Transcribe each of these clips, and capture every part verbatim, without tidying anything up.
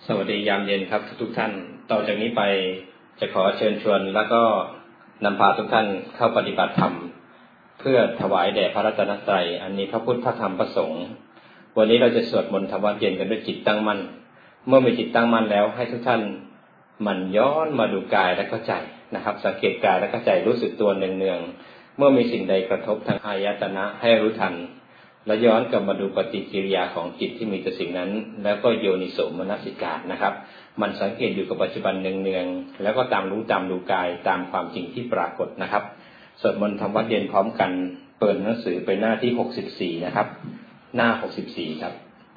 สวัสดียามเย็นครับทุกท่านต่อจากนี้ไปจะขอเชิญชวนแล้วก็นำพาทุกท่านเข้าปฏิบัติธรรมเพื่อถวายแด่พระรัตนตรัยอันนี้พระพุทธพระธรรมพระสงฆ์วันนี้เราจะสวดมนต์ทำวัดเย็นกันด้วยจิตตั้งมั่นเมื่อมีจิตตั้งมั่นแล้วให้ทุกท่านมันย้อนมาดูกายและก็ใจนะครับสังเกตกายและก็ใจรู้สึกตัวเนืองๆเมื่อมีสิ่งใดกระทบทางอายตนะให้รู้ทันและย้อนกลับมาดูปฏิกิริยาของจิตที่มีต่อสิ่งนั้นแล้วก็โยนิโสมนสิการนะครับมันสังเกตอยู่กับปัจจุบันเนืองๆแล้วก็ตามรู้ตามดูกายตามความจริงที่ปรากฏนะครับสวดมนต์ทำวัดเย็นพร้อมกันเปิดหนังสือไปหน้าที่หกสิบสี่นะครับหน้าหกสิบสี่ครับ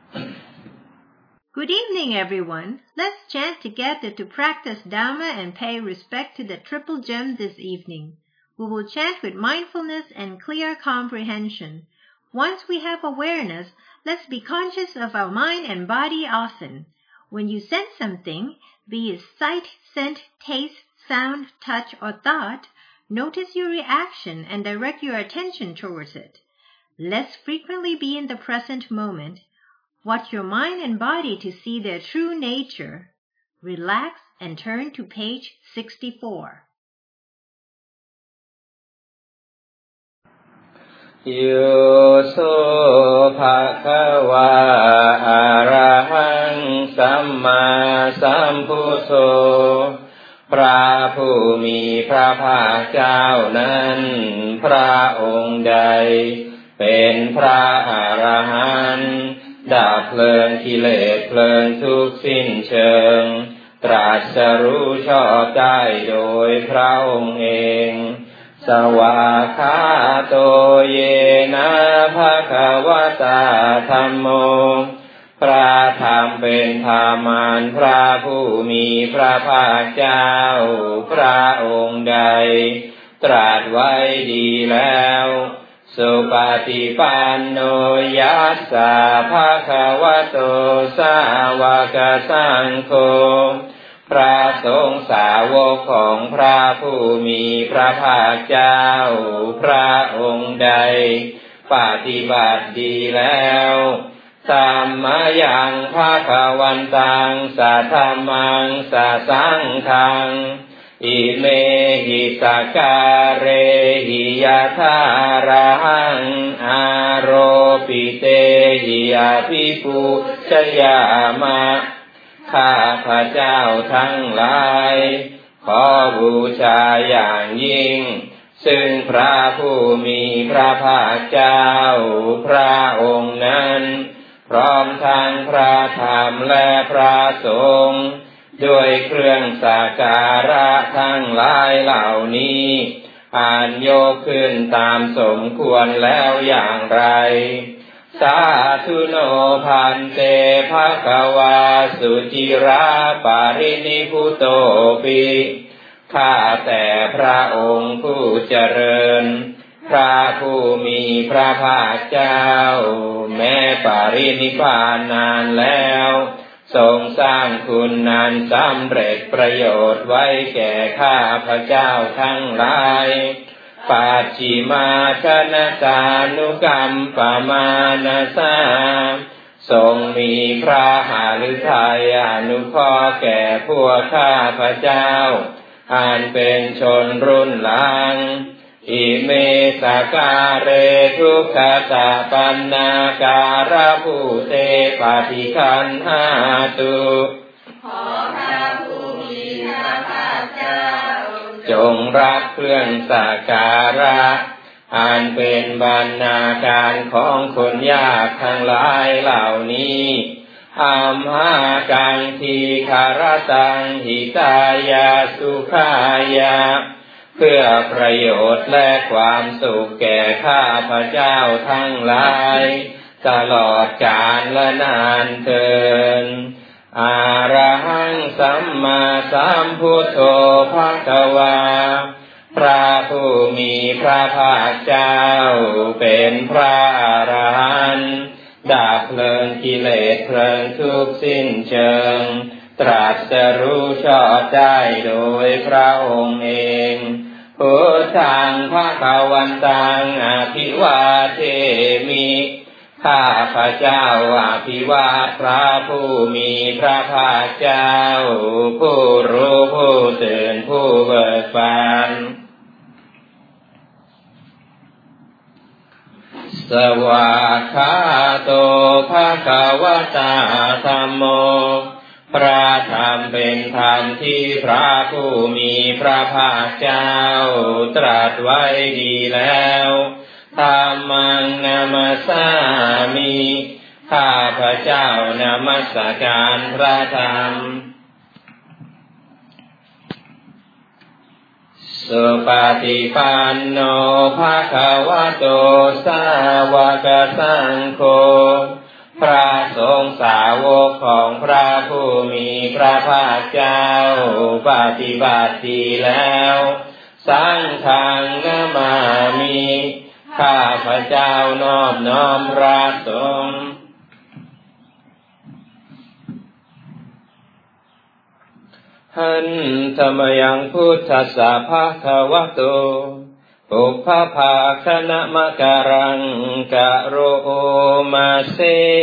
Good evening, everyone. Let's chant together to practice Dhamma and pay respect to the Triple Gem this evening. We will chant with mindfulness and clear comprehension.Once we have awareness, let's be conscious of our mind and body often. When you sense something, be it sight, scent, taste, sound, touch, or thought, notice your reaction and direct your attention towards it. Let's frequently be in the present moment. Watch your mind and body to see their true nature. Relax and turn to page sixty-four. โยโสภะคะวะอะระหังสัมมาสัมพุทโธพระผู้มีพระภาคเจ้านั้นพระองค์ใดเป็นพระอรหันต์ดับเพลิงกิเลสเพลิงทุกข์สิ้นเชิงตรัสรู้ชอบได้โดยพระองค์เองสวากขาโตเยนะภะคะวะตาธัมโมพระธรรมเป็นธรรมอันพระผู้มีพระภาคเจ้าพระองค์ใดตรัสไว้ดีแล้วสุปฏิปันโนยัสสะภะคะวะโตสาวกสังโฆพระสงฆ์สาวกของพระผู้มีพระภาคเจ้าพระองค์ใดปฏิบัติดีแล้วสัมมายังภะคะวันตังสัทธัมมังสัสสังฆังอิเมหิสักการเรหิยะทาระหังอาโรปิเตหิอภิปุชยามะข้าพระเจ้าทั้งหลายขอบูชาอย่างยิ่งซึ่งพระผู้มีพระภาคเจ้าพระองค์นั้นพร้อมทั้งพระธรรมและพระสงฆ์ด้วยเครื่องสักการะทั้งหลายเหล่านี้อ่านยกขึ้นตามสมควรแล้วอย่างไรสาธุโนพันเตภควาสุจิราปารินิพุโตปิข้าแต่พระองค์ผู้เจริญพระผู้มีพระภาคเจ้าแม้ปรินิพพานนานแล้วทรงสร้างคุณนันสำเร็จประโยชน์ไว้แก่ข้าพระเจ้าทั้งหลายปัจฉิมาชนะสานุกรรมปมานะสาทรงมีพระหฤทัยอนุเคราะห์แก่พวกข้าพระเจ้าอันเป็นชนรุ่นหลังอิเมสการเรทุกขตาปันนาการะภูเตปฏิคันหาตุขอพระผู้มีพระภาคเจ้าจงรับเครื่องสักการะอันเป็นบรรณาการของคนยากทั้งหลายเหล่านี้อัมหากังทีคารตังหิตายาสุขายาเพื่อประโยชน์และความสุขแก่ข้าพระเจ้าทั้งหลายตลอดกาลและนานเทอญอะระหังสัมมาสัมพุทโธภควาพระผู้มีพระภาคเจ้าเป็นพระอรหันต์ดับเพลิงกิเลสเพลิงทุกข์สิ้นเชิงตรัสรู้ชอบได้โดยพระองค์เองพุทธังภะคะวันตังอภิวาเทมิข้าพระเจ้าอภิวาทพระผู้มีพระภาคเจ้าผู้รู้ผู้ตื่นผู้เบิกบานสวากขาโตภควตาธัมโมพระธรรมเป็นธรรมที่พระผู้มีพระภาคเจ้าตรัสไว้ดีแล้วธัมมังนามัสสามิข้าพระเจ้านมัสการพระธรรมสุปฏิปันโนภควโตสาวกสังโฆพระสงฆ์สาวกของพระผู้มีพระภาคเจ้าปฏิบัติดีแล้วสังฆังนามามิข้าพระเจ้านอบน้อมพระสงฆ์หันธรรมยังพุทธัสสะภะคะวะโตปุพพภาคณมะการังกะโรมาเส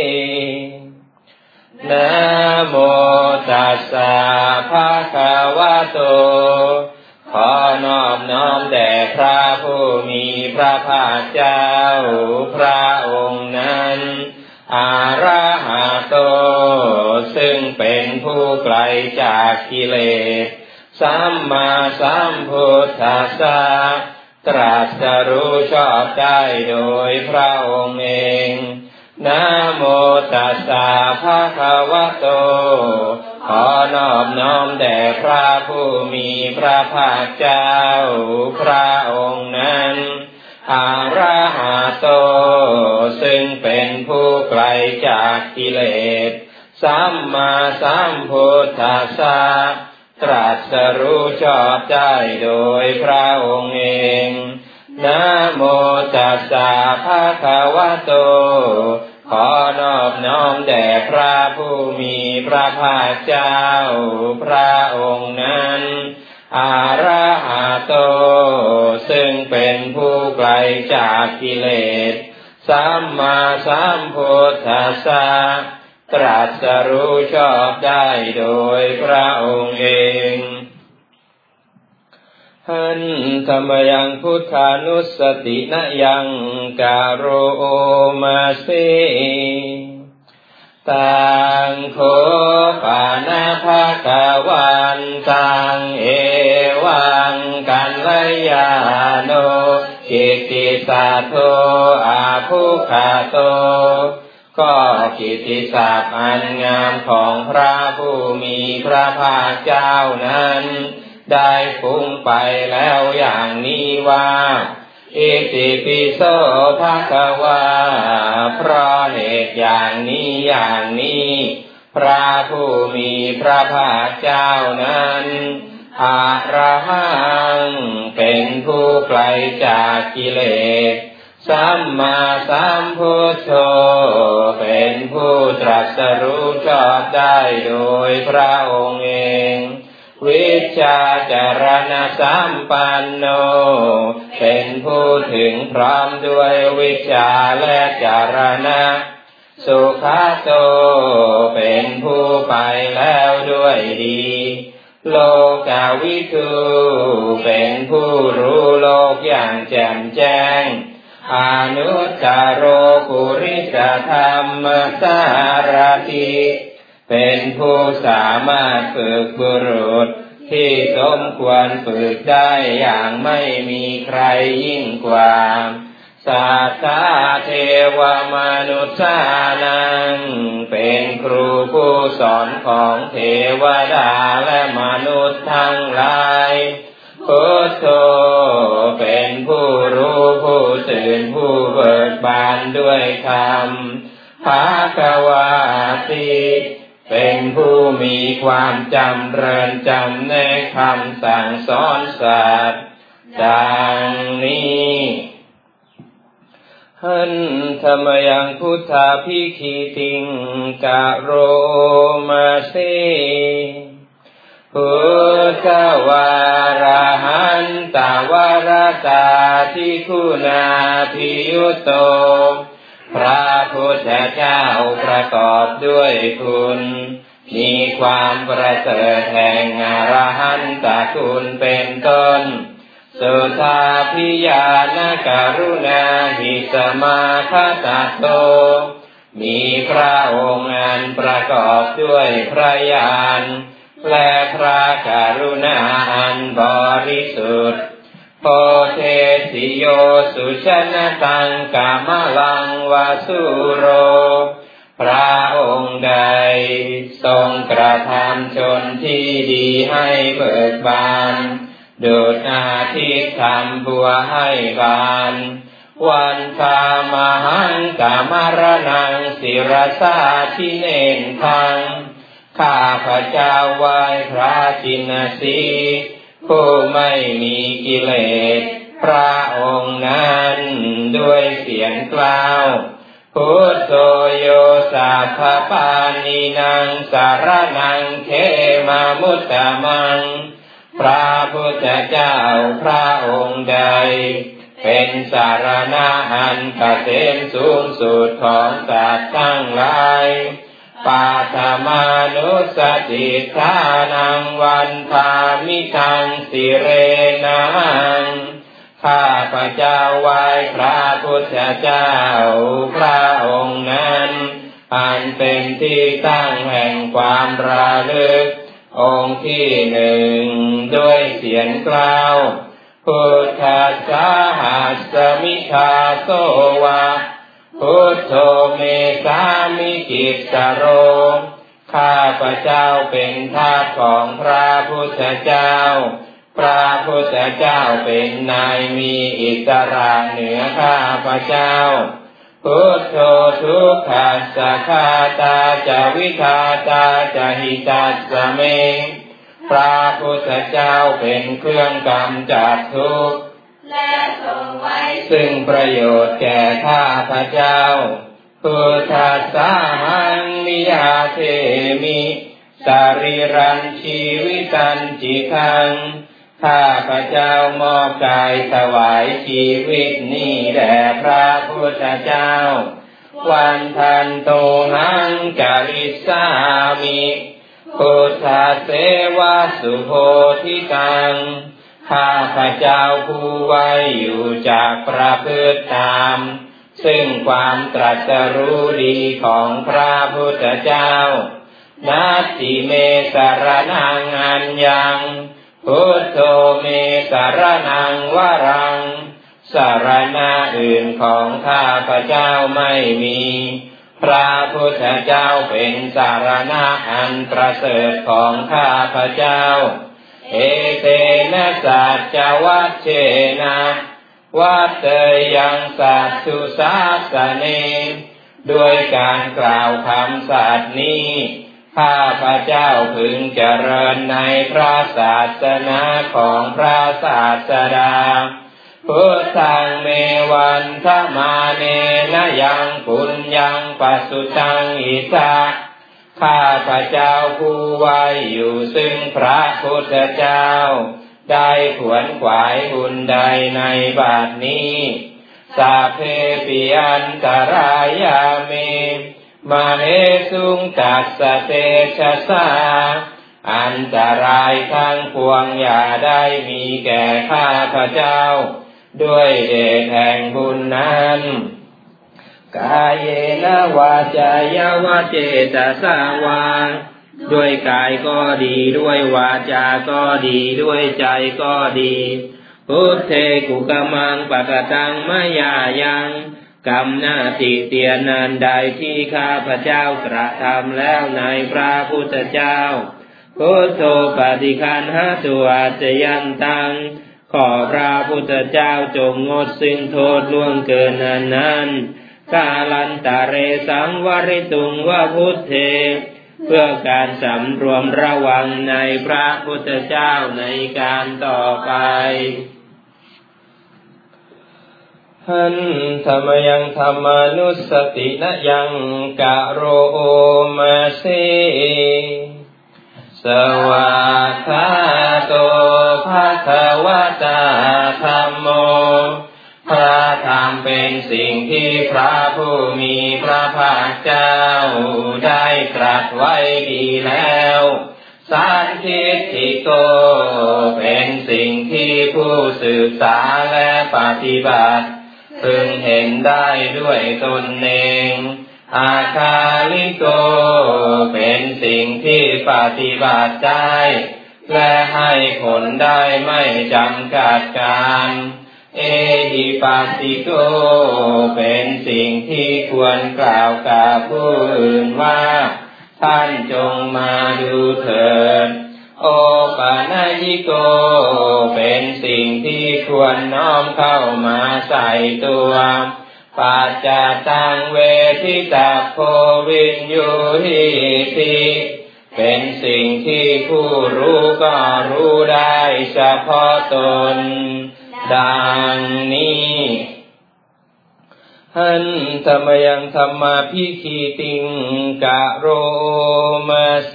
นะโมตัสสะภะคะวะโตขอนอบน้อมแด่พระผู้มีพระภาคเจ้าพระองค์นั้นอะระหะโตซึ่งเป็นผู้ไกลจากกิเลสสัมมาสัมพุทธัสสะตรัสรู้ชอบได้โดยพระองค์เองนะโมตัสสะภะคะวะโตขอนอบน้อมแด่พระผู้มีพระภาคเจ้าพระองค์นั้นอะระหะโตซึ่งเป็นผู้ไกลจากกิเลสสัมมาสัมพุทธัสสะตรัสรู้ชอบได้โดยพระองค์เองนะโมตัสสะภะคะวะโตขอนอบน้อมแด่พระผู้มีพระภาคเจ้าพระองค์นั้นอะระหะโตซึ่งเป็นผู้ไกลจากกิเลสสัมมาสัมพุทธัสสะตรัสรู้ชอบได้โดยพระองค์เองหันธรรมยังพุทธานุสตินะยังกะโรมาเสตังโฆปานะภะคะวันตังเอวังกัลยาโนกิตติสัทโธอาภุคโตก็กิตติศัพท์อันงามของพระผู้มีพระภาคเจ้านั้นได้ฟุ้งไปแล้วอย่างนี้ว่าอิติปิโสภะคะวาเพราะเหตุอย่างนี้อย่างนี้พระผู้มีพระภาคเจ้านั้นอะระหังเป็นผู้ไกลจากกิเลสสัมมาสัมพุทโธเป็นผู้ตรัสรู้ชอบได้โดยพระองค์เองวิชชาจารณสัมปันโนเป็นผู้ถึงพร้อมด้วยวิชชาและจารณะสุขโตเป็นผู้ไปแล้วด้วยดีโลกาวิทูเป็นผู้รู้โลกอย่างแจ่มแจ้งอนุตตโรกุริสธรรมสารถิเป็นผู้สามารถฝึกบุรุษที่สมควรฝึกได้อย่างไม่มีใครยิ่งกว่าสัทธาเทวมนุษย์นังเป็นครูผู้สอนของเทวดาและมนุษย์ทั้งหลายพุทโธเป็นผู้รู้ผู้ตื่นผู้เบิกบานด้วยธรรมภควาติเป็นผู้มีความจำเริญจำในคำสั่งสอนสัตว์ดังนี้หันธรรมยังพุทธาภิคิติงกะโรมาเสพุทธวาระหันตาวารตาทิคุณาภิยุโตพระพุทธเจ้าประกอบด้วยคุณมีความประเสริฐแห่งอรหันตคุณเป็นต้นสุทาภิญาณกรุณาหิสมาคตโตมีพระองค์อันประกอบด้วยพระญาณและพระกรุณาอันบริสุทธิ์โพเทสิโยสุชนะตังกามลังวาสุโรพระองค์ใดทรงกระทำชนที่ดีให้เบิกบานดุจอาทิตย์ทำบัวให้บานวันคามหังกามรนังศิรสาทิเนนทังข้าพระเจ้าไหว้พระจินสีผู้ไม่มีกิเลสพระองค์นั้นด้วยเสียงกล่าวพุทโธโยสัพพปานินังสารนังเขมามุตตมังพระพุทธเจ้าพระองค์ใดเป็นสารณะอันเกษมสูงสุดของสัตว์ทั้งหลายปัทมานุสติทานังวันทามิทังสิเรนังข้าพระเจ้าไหว้พระพุทธเจ้าพระองค์นั้นอันเป็นที่ตั้งแห่งความระลึกองค์ที่หนึ่งด้วยเสียงกล่าวพุทธัสสะหัสสมิทาโสวะพุทโธเมสามิกิสสโรข้าพระเจ้าเป็นทาสของพระพุทธเจ้าพระพุทธเจ้าเป็นนายมีอิสระเหนือข้าพระเจ้าพุทโธทุกขัสสะคาตาจาวิทาตาจาหิตัสสะเมพระพุทธเจ้าเป็นเครื่องกำจัดทุกข์และทรงไว้ซึ่งประโยชน์แก่ข้าพระเจ้าพุทธัสสะหังนิยาเทมิสารีรันชีวิตันจิตังข้าพระเจ้ามอบกายถวายชีวิตนี้แด่พระพุทธเจ้าวันทันโตหังจาริสามิพุทธเสวะสุโพธิตังข้าพระเจ้าผู้ไว้อยู่จากประพฤติตามซึ่งความตรัสรู้ดีของพระพุทธเจ้านัตติเมสรนังอัญญังพุทโธเมสรนังวรังสารณะอื่นของข้าพระเจ้าไม่มีพระพุทธเจ้าเป็นสารณะอันประเสริฐของข้าพระเจ้าเอเตนะสัจจวัชเชนะวัตเตยังสัตถุสาสเนด้วยการกล่าวคำสัตย์นี้ข้าพระเจ้าพึงเจริญในพระศาสนาของพระศาสดาพุทธังเมวันทมาเนนะยังปุญญังปัสสุตังอิสะข้าพระเจ้าผู้ไว้อยู่ซึ่งพระพุทธเจ้าได้ขวนขวายบุญใดในบัดนี้สาเพปิอันตรายาเมมาเหสุงตัสสะเตชะสาอันตรายทั้งปวงอย่าได้มีแก่ข้าพระเจ้าด้วยเดชแห่งบุญนั้นกายเยนะวาจายวะเจตสาวาด้วยกายก็ดีด้วยวาจาก็ดีด้วยใจก็ดีพุทเทกุกมังปะกตังมะยายังกรรมหน้าติเตียนนันใดที่ข้าพระเจ้ากระทำแล้วในพระพุทธเจ้าพุทโธปฏิคันหาตุอาจยันตังขอพระพุทธเจ้าจงงดซึ่งโทษล่วงเกินนั้นนั้นกาลันตะเรสังวริตุงวะพุทเทเพื่อการสำรวมระวังในพระพุทธเจ้าในการต่อไปหันธรรมยังธรรมานุสตินะยังกะโรมาเสสวากขาโตภะคะวะตาธัมโมพระธรรมเป็เป็นสิ่งที่พระผู้มีพระภาคเจ้าได้ตรัสไว้ดีแล้วสันทิฏฐิโกเป็นสิ่งที่ผู้ศึกษาและปฏิบัติพึงเห็นได้ด้วยตนเองอาคาลิโกเป็นสิ่งที่ปฏิบัติได้และให้ผลได้ไม่จำกัดการเอหิปัสสิโกเป็นสิ่งที่ควรกล่าวกับผู้อื่นว่าท่านจงมาดูเถิดโอปานายิโกเป็นสิ่งที่ควรน้อมเข้ามาใส่ตัวปัจจตังเวทิตาโพวินยูหิติเป็นสิ่งที่ผู้รู้ก็รู้ได้เฉพาะตนดังนี้หันธรรมยังธรรมาภิคีติงกะโรมาเส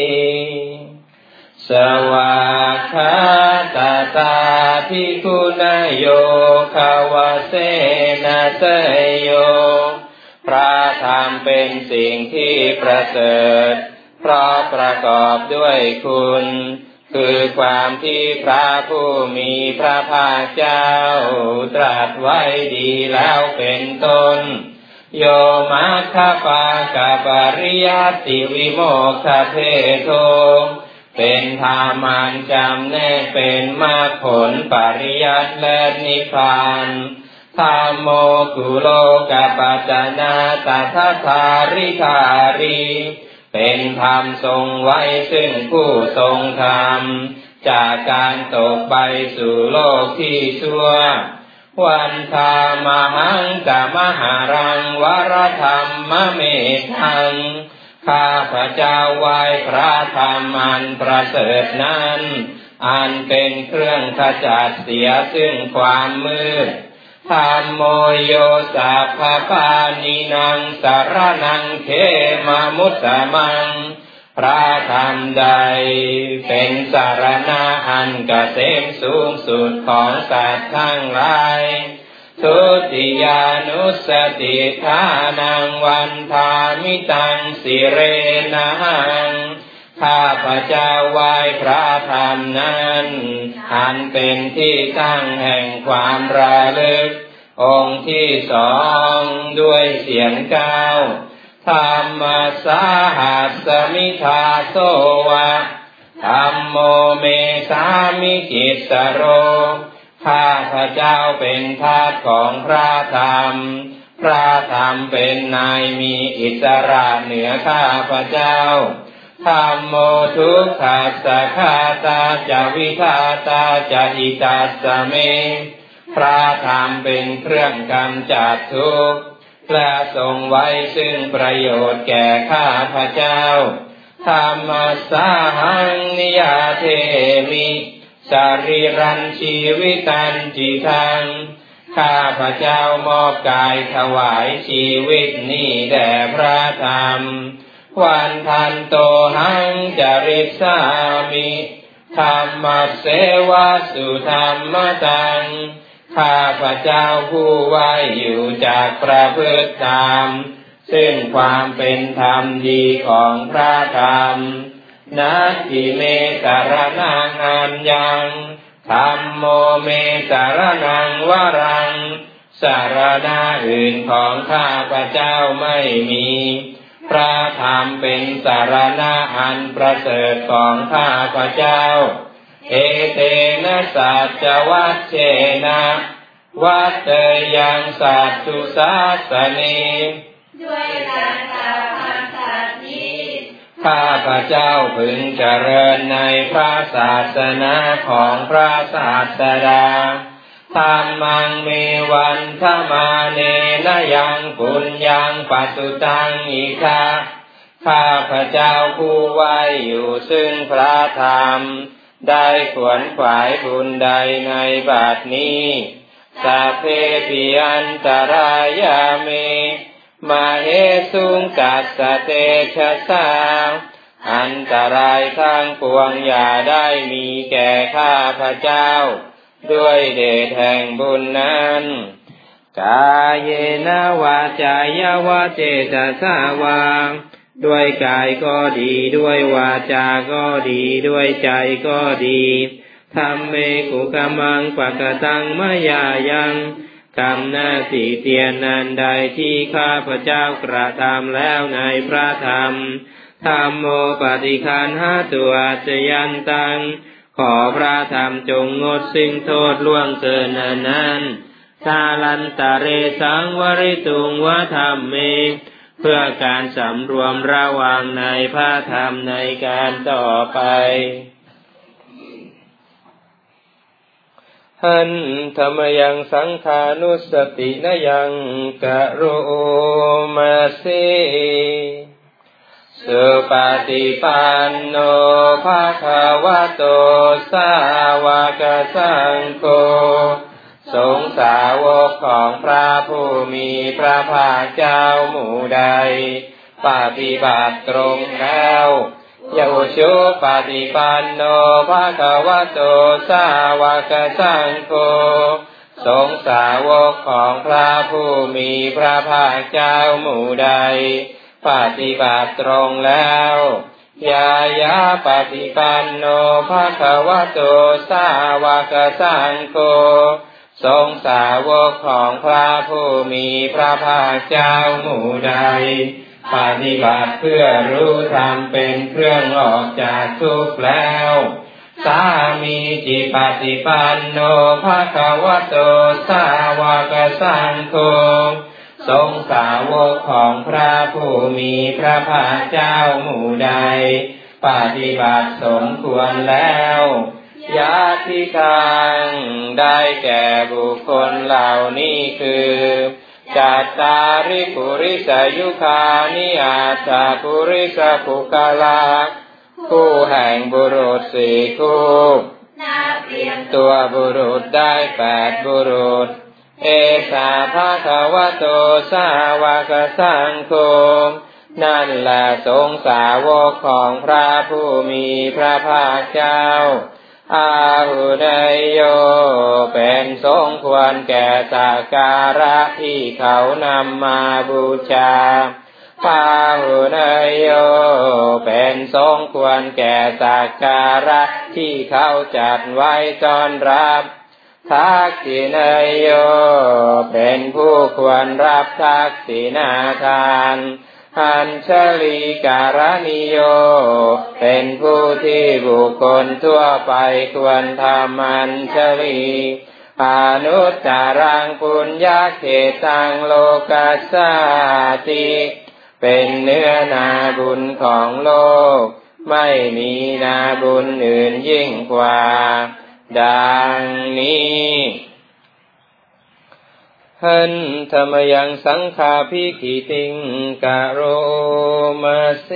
สวากขาตาตาภิกขุนโยคาวาเสนาเสยโยพระธรรมเป็นสิ่งที่ประเสริฐเพราะประกอบด้วยคุณคือความที่พระผู้มีพระภาคเจ้าตรัสไว้ดีแล้วเป็นต้นโยมัคคปากปริยัตติวิโมกขเพโทเป็นธรรมันจำแนกเป็นมรรคผลปริยัติและนิพพานธัมโมกุโลกปัจจนาตัทธาริธารีเป็นธรรมทรงไว้ซึ่งผู้ทรงธรรมจากการตกไปสู่โลกที่ชั่ววันธามหังกามหารังวรธรรมเมธังข้าพเจ้าไหว้พระธรรมอันประเสริฐนั้นอันเป็นเครื่องขจัดเสียซึ่งความมืดธัมโมโยสัพพปานินังสารนังเขมามุตตมังพระธรรมใดเป็นสารณะอันเกษมสูงสุดของสัตว์ทั้งหลายทุติยานุสติทานังวันทามิตังสิเรนังข้าพเจ้าไหว้พระธรรมนั้นอันเป็นที่ตั้งแห่งความระลึกองค์ที่สองด้วยเสียงก้าวธัมมัสสหัสสมิทาโสวะธัมโมเมสามิกิสโรข้าพเจ้าเป็นทาสของพระธรรมพระธรรมเป็นนายมีอิสระเหนือข้าพเจ้าธัมโมทุกขัสสะคาตาจาวิทาตาจาหิตัสสะเมพระธรรมเป็นเครื่องกำจัดทุกข์และทรงไว้ซึ่งประโยชน์แก่ข้าพเจ้าธัมมัสสะหังนิยาเทมิสรีรันชีวิตันจิตังข้าพเจ้ามอบกายถวายชีวิตนี้แด่พระธรรมวันทันโตหังจริสามิธัมมัสเสวะสุธัมมตังข้าพเจ้าผู้ไหวอยู่จากประพฤติธรรมซึ่งความเป็นธรรมดีของพระธรรมนัตถิเมสารนังอัญญังธัมโมเมสารนังวรังสารณะอื่นของข้าพเจ้าไม่มีพระธรรมเป็นสารณะอันประเสริฐของข้าพเจ้าเอเตนะสัจจวัชเชนะวัตเตยังสัตตุสาสเนด้วยการกล่าวคำสัตย์นี้ข้าพเจ้าพึงเจริญในพระศาสนาของพระศาสดาธัมมังเมวันธมาเนนะยังปุญญังปัสสุตังอิคาข้าพเจ้าผู้ไหวอยู่ซึ่งพระธรรมได้ขวนขวายบุญใดในบัดนี้สัพเพปิอันตรายาเมมาเหสุงกัสสเตชะสาอันตรายทั้งปวงอย่าได้มีแก่ข้าพเจ้าด้วยเดชแห่งบุญนั้นกายเยนะวาจายวะเจตสาวาด้วยกายก็ดีด้วยวาจาก็ดีด้วยใจก็ดีธรรมเมกุกมังปะกตังมยายังกรรมหน้าที่เตียนนันใดที่ข้าพเจ้ากระทำแล้วในพระธรรมธัมโมปฏิคันหาตัวจยันตังขอพระธรรมจงงดสิ่งโทษล่วงเกินนั้นทาลันตะเรสังวริตุงวะธรรมเมเพื่อการสำรวมระวังในพระธรรมในการต่อไปหันธรรมยังสังขานุสตินยังกะโรมาเสสุปฏิปันโนภะคะวะโตสาวกสังโฆสงฆ์สาวกของพระผู้มีพระภาคเจ้าหมู่ใดปฏิบัติตรงแล้วยะชุปฏิปันโนภะคะวะโตสาวกสังโฆสงฆ์สาวกของพระผู้มีพระภาคเจ้าหมู่ใดปฏิบัติตรงแล้วยายาปฏิปันโนภะคะวะโตสาวกสังโฆสงฆ์สาวกของพระผู้มีพระภาคเจ้าหมู่ใดปฏิบัติเพื่อรู้ธรรมเป็นเครื่องออกจากทุกข์แล้วสามีจิปฏิปันโนภะคะวะโตสาวกสังโฆสงฆ์สาวกของพระผู้มีพระภาคเจ้าหมู่ใดปฏิบัติสมควรแล้วญาติกังได้แก่บุคคลเหล่านี้คือจัตตาริปุริสยุคานิอาตาปุริสปุกาลาคู่แห่งบุรุษสี่คู่ตัวบุรุษได้แปดบุรุษเอสาภะคะวะโตสาวกสังโฆนั่นแหละสงฆ์สาวกของพระผู้มีพระภาคเจ้าอาหุเนยโยเป็นสงฆ์ควรแก่สักการะที่เขานำมาบูชาปาหุเนยโยเป็นสงฆ์ควรแก่สักการะที่เขาจัดไว้ต้อนรับทักษิณยโยเป็นผู้ควรรับทักษิณทานอัญชลีการณิโยเป็นผู้ที่บุคคลทั่วไปควรทำอัญชลีอนุตตรังปุญญเขตังโลกัสสติเป็นเนื้อนาบุญของโลกไม่มีนาบุญอื่นยิ่งกว่าดังนี้หันธรรมยังสังฆาภิกขิติงกะโรมาเส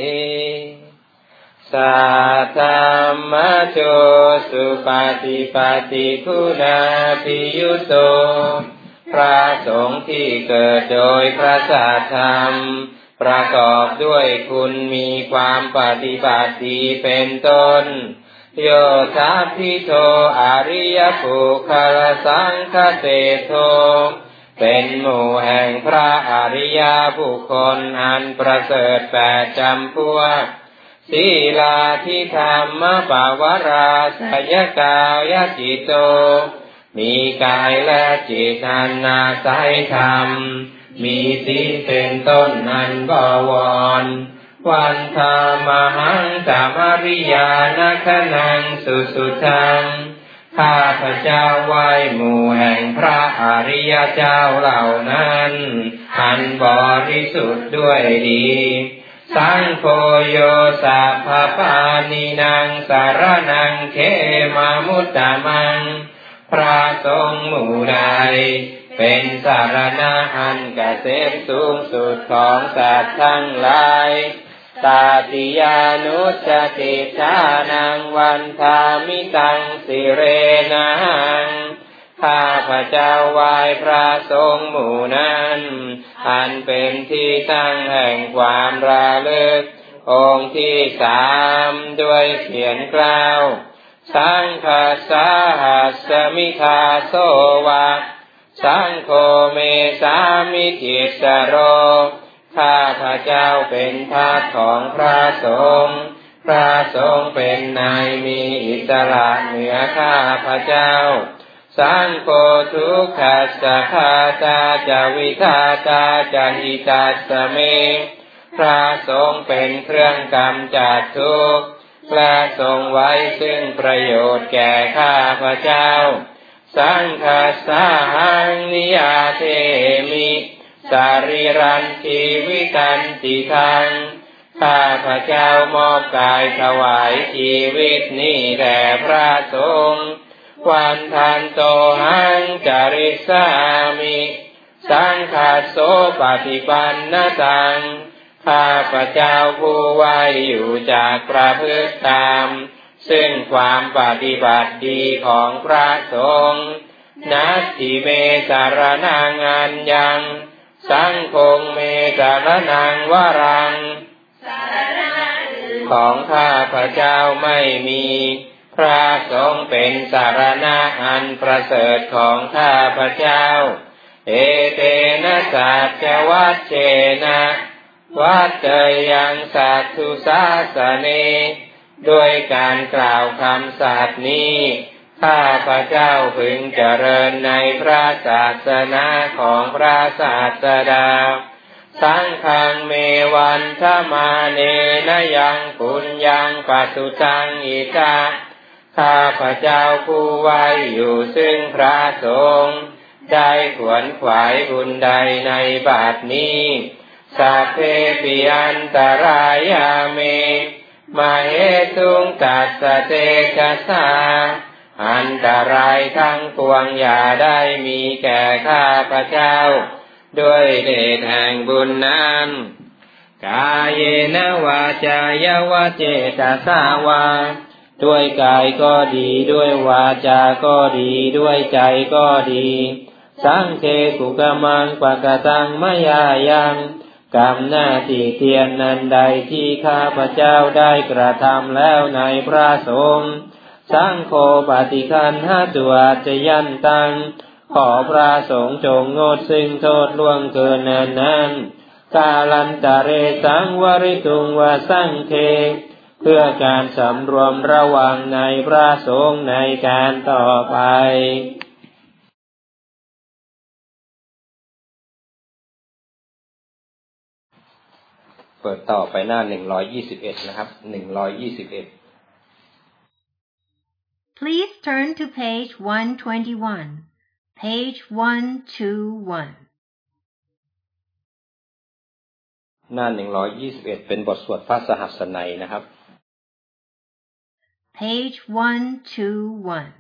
สัทธัมมะโจสุปฏิปัตติคุณาภิยุโตพระสงฆ์ที่เกิดโดยพระสัทธรรมประกอบด้วยคุณมีความปฏิบัติดีเป็นต้นโยทัพพิโทอริยปุคลสังฆเสโทเป็นหมู่แห่งพระอริยบุคคลอันประเสริฐแปดจำพวกศีลาธิธรรมปวาราสยกายจิตโตมีกายและจิตอันอาศัยธรรมมีศีลเป็นต้นอันบวรวันธามหังสามริยานาคนังสุสุทังข้าพเจ้าไหว้หมู่แห่งพระอริยเจ้าเหล่านั้นอันบริสุทธิ์ด้วยดีสังโฆโยสัพพปานินังสารนังเขมามุตตะมังพระสงฆ์หมู่ใดเป็นสารณะอันเกษมสูงสุดของสัตว์ทั้งหลายตาติยานุจติทานังวันทามิตังสิเรนังข้าพเจ้าไหว้พระสงฆ์หมู่นั้นอันเป็นที่ตั้งแห่งความระลึกองค์ที่สามด้วยเสียงกล่าวสังฆสหัสสมิทาโสวะสังโฆเมสามิจิสโรข้าพระเจ้าเป็นทาสของพระสงฆ์พระสงฆ์เป็นนายมีอิสระเหนือข้าพระเจ้าสังโฆทุกขัสสะคาตาจาวิทาตาจาหิตัสสะเมพระสงฆ์เป็นเครื่องกำจัดทุกข์และทรงไว้ซึ่งประโยชน์แก่ข้าพระเจ้าสังฆัสสะหังนิยาเทมิสารีรันชีวิตันติทังข้าพระเจ้ามอบกายถวายชีวิตนี้แด่พระสงฆ์วันทันโตหังจาริสามิสังฆัสโสปฏิปันนตังข้าพระเจ้าผู้ไว้อยู่จากประพฤติตามซึ่งความปฏิบัติดีของพระสงฆ์นัตถิเมสารนังอัญญังสังฆงเมสารนังวรังของข้าพระเจ้าไม่มีพระสงฆ์เป็นสารณะอันประเสริฐของข้าพระเจ้าเอเตนะสัจจวัชเชนะวัจเจยังสัตถุสาสเนด้วยการกล่าวคำสัตย์นี้ข้าพระเจ้าพึงเจริญในพระศาสนาของพระศาสดาสังฆังเมวันทมาเนนะยังปุญญังปัสสุตังอิทาข้าพระเจ้าผู้ไว้อยู่ซึ่งพระสงฆ์ได้ขวนขวายบุญใดในบัดนี้สัพเพปิอันตรายาเมมาเหตุงตัสสะเตชะสาอันตรายทั้งปวงอย่าได้มีแก่ข้าพระเจ้าด้วยเดชแห่งบุญนั้นกายเยนะวาจายวะเจตสาวาด้วยกายก็ดีด้วยวาจาก็ดีด้วยใจก็ดีสังเคกุกมังปะกตังมยายังกรรมหน้าที่เทียนนั้นใดที่ข้าพระเจ้าได้กระทำแล้วในพระสงฆ์สังโฆปฏิคันหาตุอาจยันตังขอพระสงฆ์จงงดซึ่งโทษล่วงเกินนั้นนั้นกาลันตะเรสังวริตุงวสังเทเพื่อการสำรวมระวังในพระสงฆ์ในการต่อไปเปิดต่อไปหน้าหนึ่งร้อยยี่สิบเอ็ดนะครับหนึ่งร้อยยี่สิบเอ็ด Please turn to page one twenty-one. Page one twenty-one. หน้าหนึ่งร้อยยี่สิบเอ็ดเป็นบทสวดพระสหัสนัยนะครับ Page one twenty-one.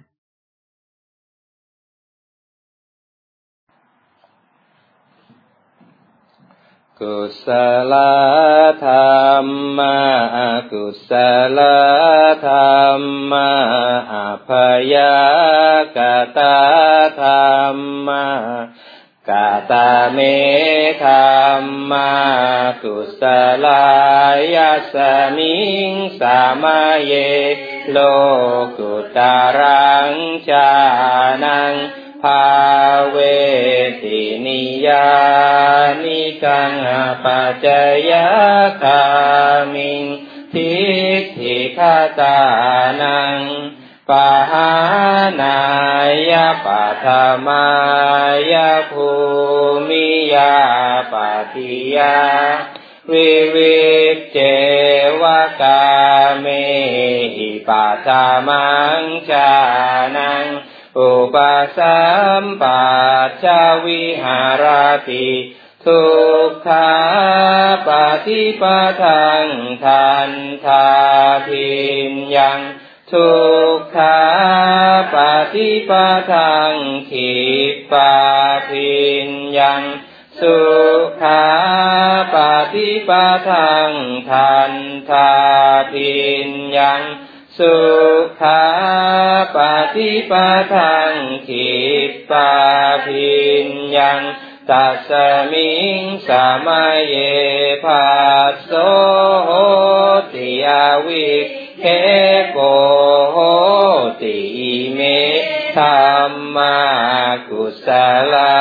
กุศลธรรมะอกุศลธรรมะอภยกตาธรรมะกตเมธรรมะกุศลายสมิงสามาเยโลกุตรังชานังภาเวตินิยานิกังอปัจจยคามิงทิฏฐิคตานังปหานายปัฏฐมายภูมิยาปฏิยาวิวิจเจวกาเมหิปัฏฐมังชานังอุปสัมปัชชวิหารติทุกขาปฏิปทังทันทาพิญญังทุกขาปฏิปทังขิปาพิญญังสุขาปฏิปทังทันทาพิญญังสุขาปฏิปทังขิปาพิญญังตัสมิงสามาเยภัสโสโหติยาวิเคโกโหติเมธัมมากุศลา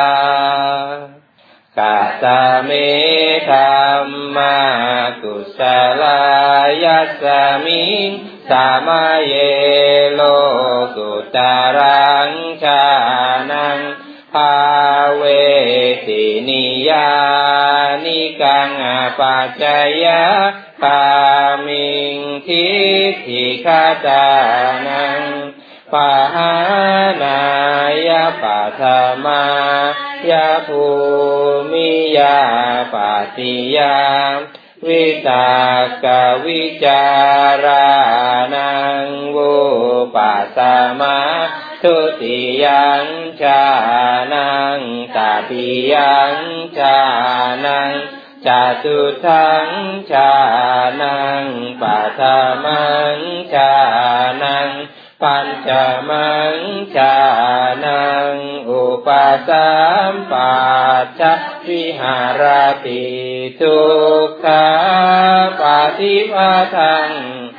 ธัมมากุศลายัสสมิงสามาเยโลกุตรังชานังภาเวตินิยานิกังอปัจจยะคามิงทิฏฐิคตานังปะหานายะปัทมายะภูมิยาปฏิยาวิตากวิจารานังวุปัสสมาทุติยังชานังตติยังชานังจตุทังชานังปัฏมังชานังปัญจมังชานังอุปสัมปัชชะวิหารติทุกขาปฏิปทัง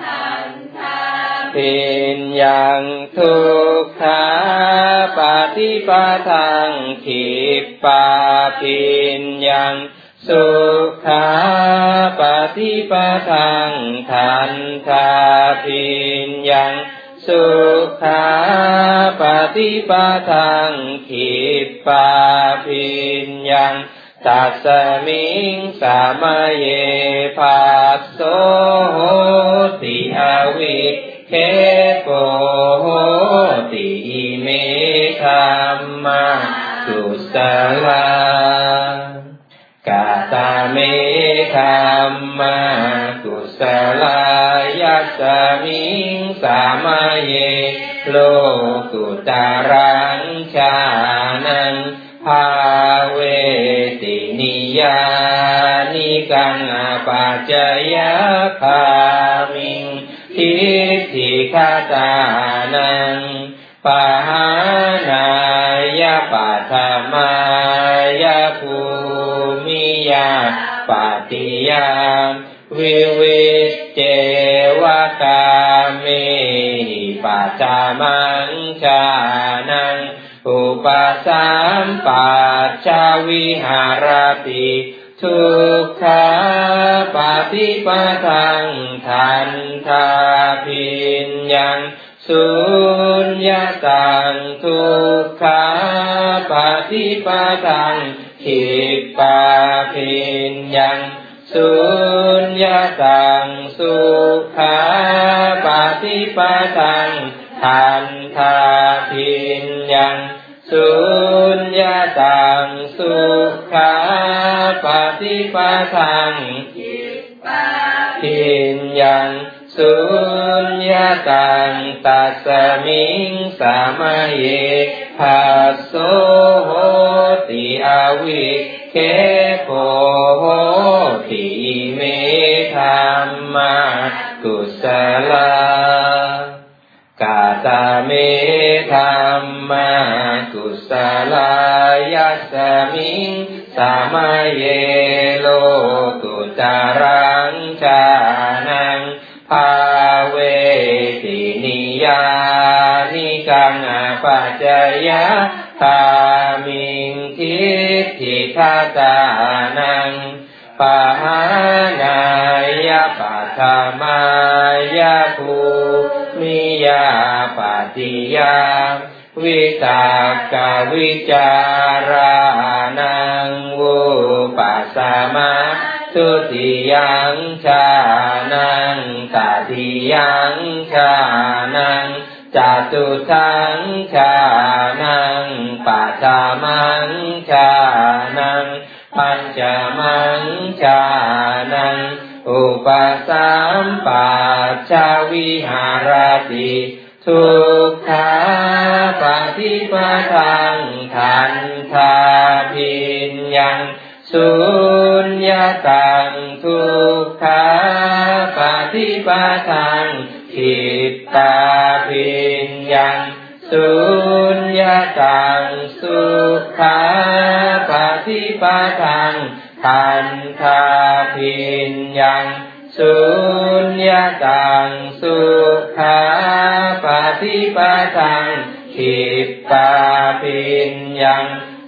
ปิญญังทุกขาปฏิปทังขิปปาปิญญังสุขาปฏิปทังทันทาปิญญังสุขาปฏิปทังขิปปาปิญญังตัสมิงสามาเยภัสโสโหติอวิเคโปโหติอิเมธัมมากุศลากาตเมธัมมากุศลายัสสมิงสามาเยโลกุตรังชานังภาเวตินิยานิกังอปัจจยะคามิงทิฏฐิคตานังปะหานายะปัทมายะภูมิยาปฏิยาวิวิเจวกาเมหิปัจจมังชานังอุปสัมปัชชะวิหารติทุกขาปฏิปทังทันทาปิญญังสุญญตังทุกขาปฏิปทังขิปปาปิญญังสุญญตังสุขาปฏิปทังทันทาปิญญังสุญญตังสุขาปฏิปทังขิปปาปิญญังสุญญตังตัสมิงสามาเยภัสโสโหติอวิเคโปโหติเมธัมมากุศลากาตเมธัมมากุศลายัสสมิงสามาเยโลกุตรังชานังภาเวตินิยานิกังอปัจจยะคามิงทิฏฐิคตานังปะหานายะปัทมายะภูมิยาปฏิยาวิตากวิจารานังวุปัสสมาทุติยังชานังตติยังชานังจตุทังชานังปัฏฐมังชานังปัญจมังชานังอุปสัมปัชชะวิหารติทุกขาปฏิปทังทันทาปิญญังสุญญตังทุกขาปฏิปทังขิปปาปิญญังสุญญตังสุขาปฏิปทังทันทาปิญญังสุญญตังสุขาปฏิปทังขิปปาปิญญัง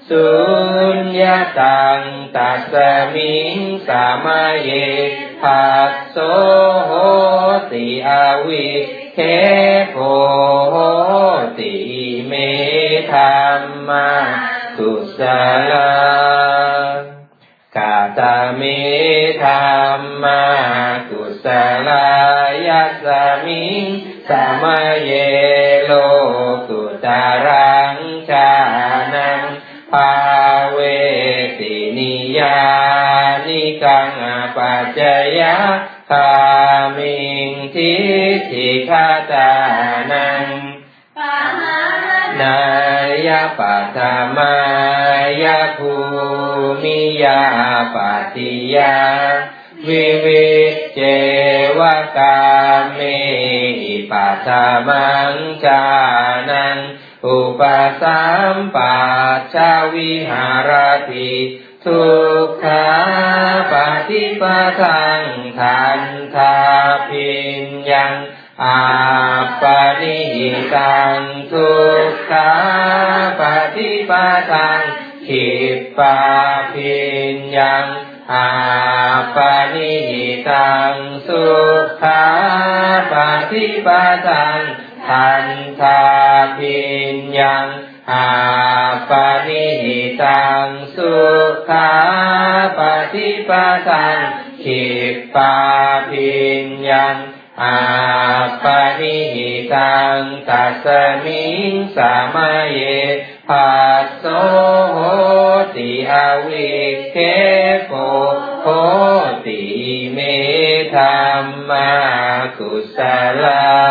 สุญญตังตัสสมิงสามาเยภัสโสโหติอวิเคโภโหติเมธัมมากุศลกาตเมธัมมากุศลายัสสมิงสามาเยโลกุตรังชานังภาเวตินิยานิกังอปัจจยะคามิงทิฏฐิคตานังนายปัฏฐมายาภูมิยาปัตติยาวิวิจเจวกาเมหิปัฏฐมังจานังอุปสัมปัชชวิหารติทุกขาปฏิปทังทันทาพิญญังอาปนิหิตังทุกขาปฏิปทังขิปปาพิญญังอาปนิหิตังสุขาปฏิปทังทันทาพิญญังอาปนิหิตังสุขาปฏิปทังขิปปาพิญญังอาปนิหิตังตัสสมิงสามาเยภัสโสโหติอวิเคโภโหติเมธัมมากุศล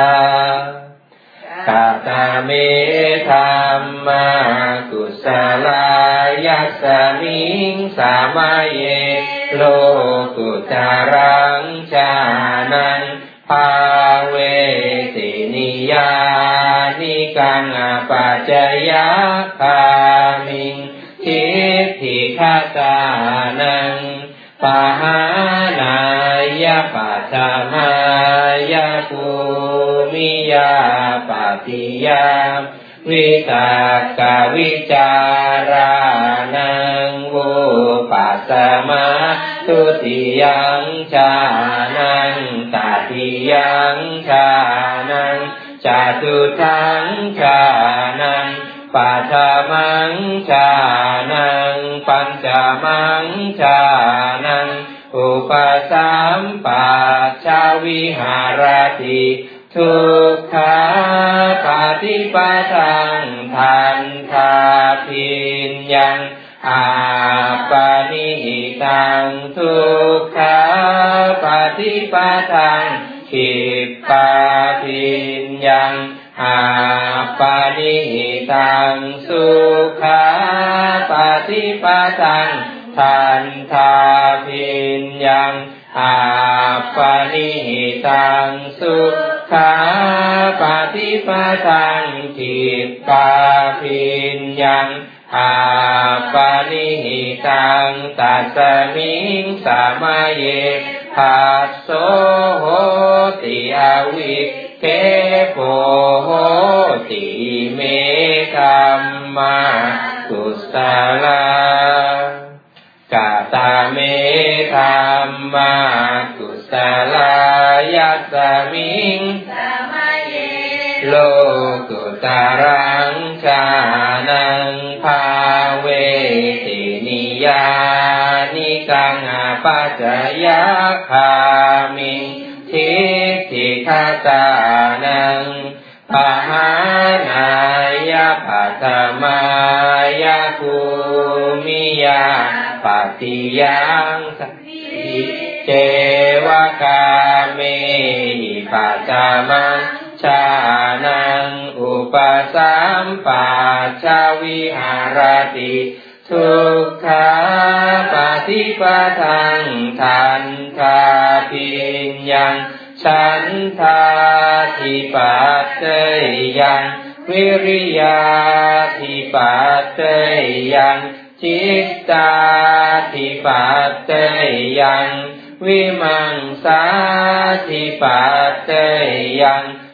กาตเมธัมมากุศลายัสสมิงสามาเยโลกุตรังชานังภาเวตินิยานิกังอปัจจยะคามิงทิฏฐิคตานังปหานายปัฏฐมายาภูมิยาปัตติยาวิตากวิจารานังวุปัสสมาทุติยังชานังตติยังชานังจตุทังชานังปัฏฐมังชานังปัญจมังชานังอุปสัมปัชชวิหารติทุกขาปฏิปทังทันทาพิญญังอาปนิหิตังทุกขาปฏิปทังขิปปาพิญญังอาปนิหิตังสุขาปฏิปทังทันทาพิญญังอาปนิหิตังสุขาปฏิปทังขิปปาพิญญังอาปนิหิตังตัสสมิงสามาเยภัสโสโหติอวิเคโภโหติเมธัมมากุศลกาตเมธัมมากุศลายัสสมิงสามาเยโลกุตรังชานังภาเวตินิยานิกังอปัจจยะคามิงทิฏฐิคตานังปหานายปัฏฐมายาภูมิยาปัตติยังเจวกาเมหิปัฏฐมังชานังอุปสัมปัชชวิหารติทุกขาปฏิปทังทันทาพิญญังฉันทาธิปัตเตยังวิริยาธิปัตเตยังจิตตาธิปัตเตยังวิมังสาธิปัตเตยัง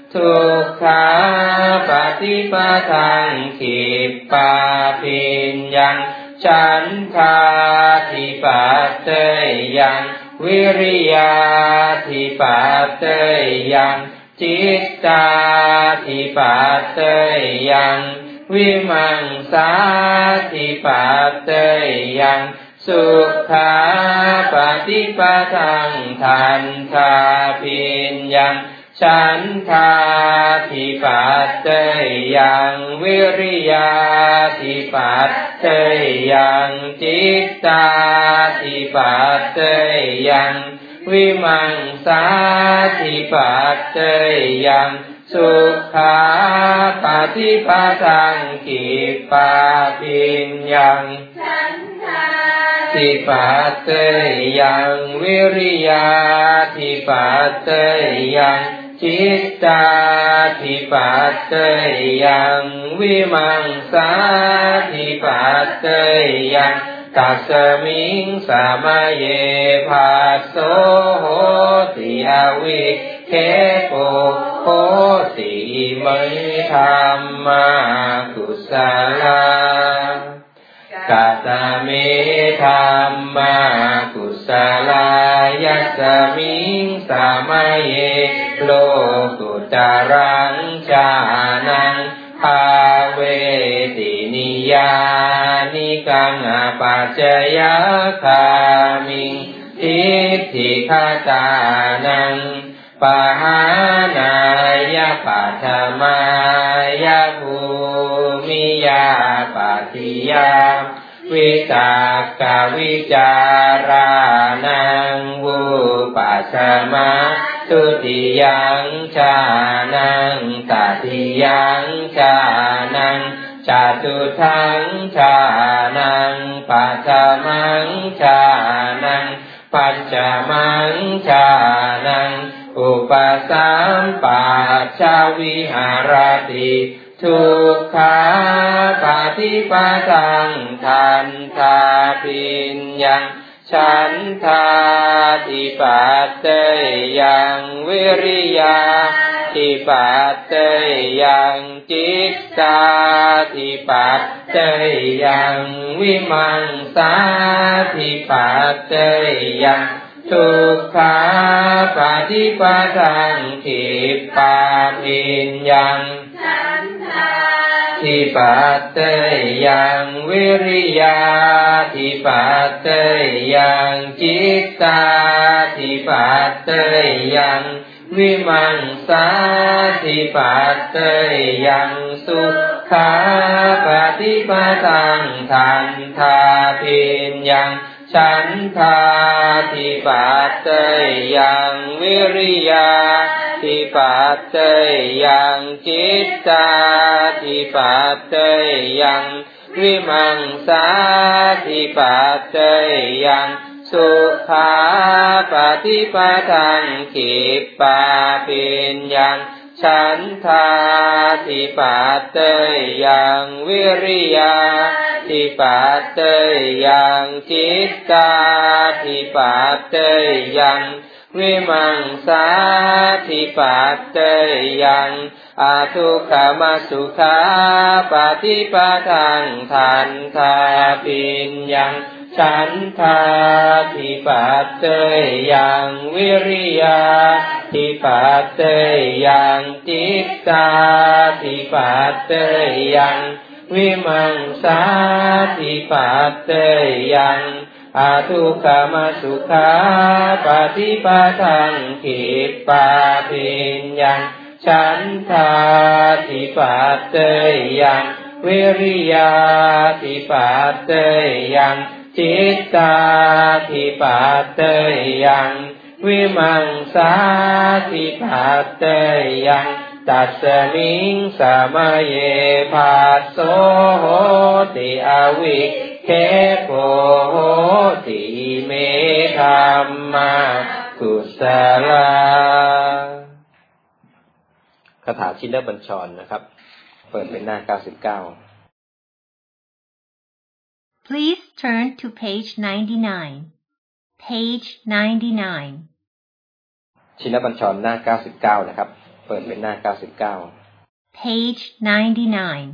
ทุกขาปฏิปทังขิปปาปิญญังฉันทาธิปัสสยังวิริยาธิปัสสยังจิตตาธิปัสสยังวิมังสาธิปัสสยังสุขาปฏิปทังทันทาปิญญังฉันทาธิปัสสยังวิริยาธิปัสสยังจิตตาธิปัสสยังวิมังสาธิปัสสยังสุขาปฏิปทังขิปปาปิญญังธิปัสสยังวิริยาธิปัสสยังจิตตาธิปัสสยังวิมังสาธิปัสสยังตัสมิงสมัยเยภัสโสโหติอวิเคโปโหติไมธัมมากุสลากตเมธัมมากุสลายัสสมิงสมัยเยโลกุตรังจานังภาเวตินิยานิกังอปัจจยคามิงทิฏฐิคตานังปหานายะปัฏฐมายะภูมิยาปัฏฐิยาวิตากวิจารานังวุปัสสมาทุติยังชานังตติยังชานังจตุทังชานังปัฏฐมังชานังปัญจมังชานังอุปสัมปัชชวิหารติทุกขาปฏิปทังทันทาปิญญังฉันทาธิปัสสยังวิริยาธิปัสสยังจิตตาธิปัสสยังวิมังสาธิปัสสยังทุกขาปฏิปทังขิปปาปิญญังธิปัสสยังวิริยาธิปัสสยังจิตตาธิปัสสยังวิมังสาธิปัสสยังสุขาปฏิปทังทันทาปิญญังฉันทาธิปัสสยังวิริยาธิปัสสยังจิตตาธิปัสสยังวิมังสาธิปัสสยังสุขาปฏิปทังขิปปาปิญญังฉันทาธิปัสสยังวิริยาธิปัสสยังจิตตาธิปัสสยังวิมังสาธิปัสสยังอาทุกขมสุขาปฏิปทังทันทาปิญญังฉันทาธิปัสสยังวิริยาธิปัสสยังจิตตาธิปัสสยังวิมังสาธิปัสสยังอาทุกขมสุขาปฏิปทังขิปปาปิญญังฉันทาธิปัสสยังวิริยาธิปัสสยังจิตตาธิปัสสยังวิมังสาธิปัสสยังตัสมิงสมัยเยภัสโสโหติอวิเคโปโหติเมธัมมากุสลาคาถาชินบัญชรนะครับเปิดเป็นหน้าเก้าสิบเก้า Please turn to page ninety-nine. Page ninety-nine. ชินบัญชรหน้าเก้าสิบเก้านะครับเปิดเป็นหน้าเก้าสิบเก้า Page ninety-nine.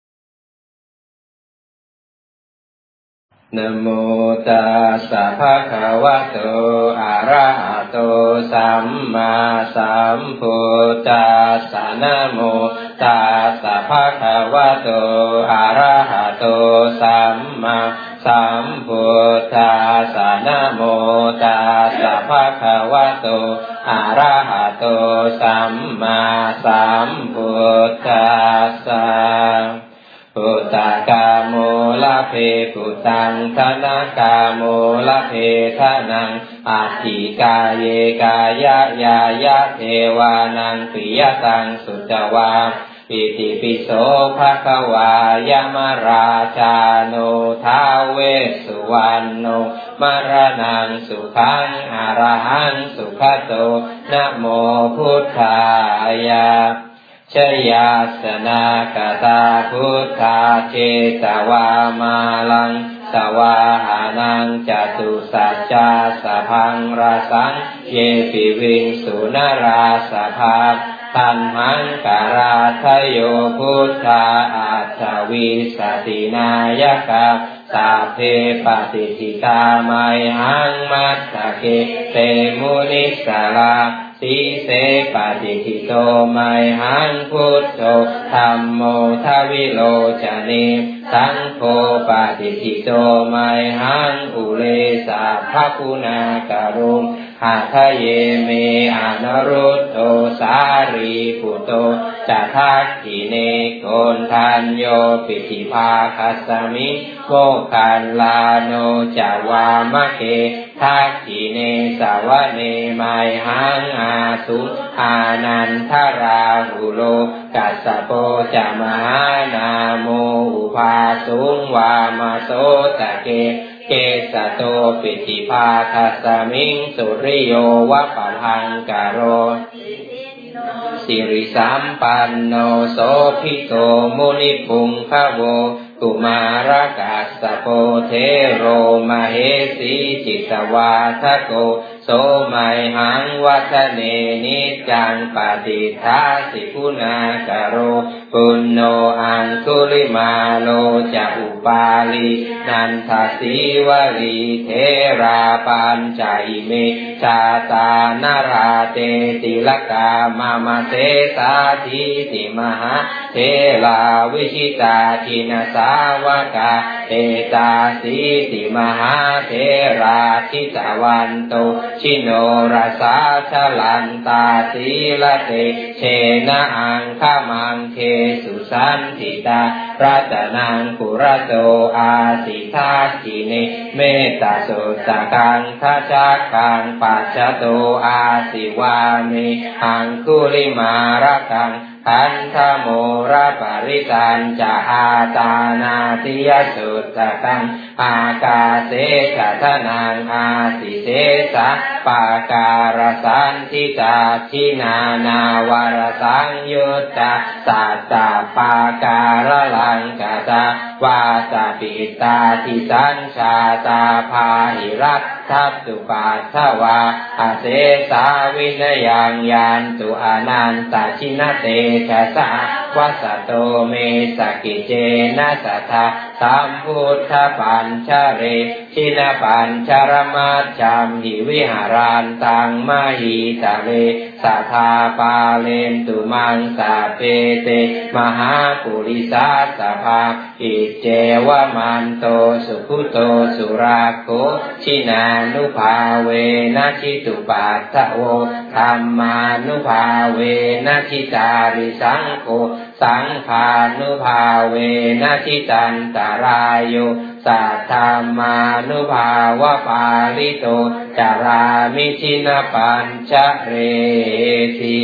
นะโมตัสสะภะคะวะโตอะระหะโตสัมมาสัมพุทธัสสะนะโมตัสสะภะคะวะโตอะระหะโตสัมมาสัมพุทธัสสะนะโมตัสสะภะคะวะโตอะระหะโตสัมมาสัมพุทธัสสะพุทธกาโมละเพพุทธังธนกาโมละเพทนังอาทิกาเยกายะยายะเทวานังปิยตังสุจวาอิติปิโสภะคะวายมราชาโนท้าวเวสสุวรรณโนมรณังสุขังอรหังสุขโตนะโมพุทธายะชยาสนากตาพุทธาเจตวามาลังสวาหานังจตุสัจจาสพังราสังเยปิวิงสุนราสภาตันหังการาทโยพุทธาอัจฉวิสตินายกาสาเพปฏิทิตาไมหังมัตตะเกเตมุนิสาลาสีเสปฏิทิโตไมหังพุทโธธัมโมทวิโลจเนสังโฆปฏิทิโตไมหังอุเลสะภะคุณากรุงหาทะเยเมอนรุตโตสารีปุตโตจะทักขิเนโกนทันโยปิธิภาคัสสมิโมคันลาโนจาวามะเกทักขิเนสาวะเนไมหังอาสุอานันทราหุโลกัสสโปจามหานาโมอุภาสุงวามาโสตะเกเกสโตปิติภาคัสสมิงสุริโยวะปะหังกโรสิริสัมปันโนโสภิโตมุนิปุงคโวกุมารกัสสโปเทโรมเหสีจิตวาทโกโสมัยหังวัฒเนนิจังปฏิทัสสิคุณากโรปุณโญอังคุลิมาโลจะอุปาลีนันทสีวลีเทราปัญจอิเมชาตานาราเตติลกามามาเสสาธิติมหาเทลาวิชิตาทินาสาวกาเอตาสีติมหาเทราทิสาวันโตชิโนราสาชลันตาสีละเตเชนะอังคมังเทสุสันติตารัตนังปุระโตอาสิทากิเนเมตตาสุสกังทัจจกังปัจจโตอาสิวามิอังคุลิมาระกังขันธโมระปริตันจะอาตานาติยสุตตะกังอากาเสจทนังอาสิเสสะปาการสันติตาชินานาวรสังยุตตะสัตตาปาการลังกตาวาสปิตาทิสัญชาตาภาหิรัตทัพสุปัสสวาอาเสสาวินยังยันตุอนันตชินเตชะสะวัสโตเมสกิเจนะสัทธาสัมพุทธปัญชเรชินปัญชรมัจจามหิวิหารันตังมหิตะเลสัทธาปาเลนตุมังสาเปเตมหาปุริสัสสะภาอิเจวะมันโตสุขุโตสุราโคชินานุภาเวนะชิตุปัสสะโวธัมมานุภาเวนะชิตาริสังโฆสังฆานุภาเวนะชิตันตรายโยสัทธามานุภาวะปาลิโตจารามิชินปัญชเรติ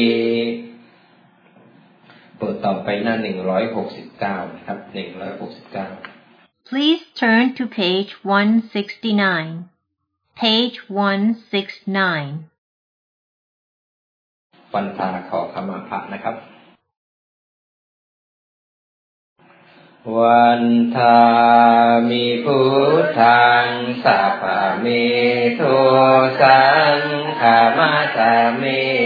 เปิดต่อไปหน้าหนึ่งร้อยหกสิบเก้านะครับหนึ่งร้อยหกสิบเก้า Please turn to page one sixty-nine. Page one sixty-nine. วันทาขอขมาพระนะครับวันทามิพุทธังสัพพะเมโทสังฆมัสสะเมภ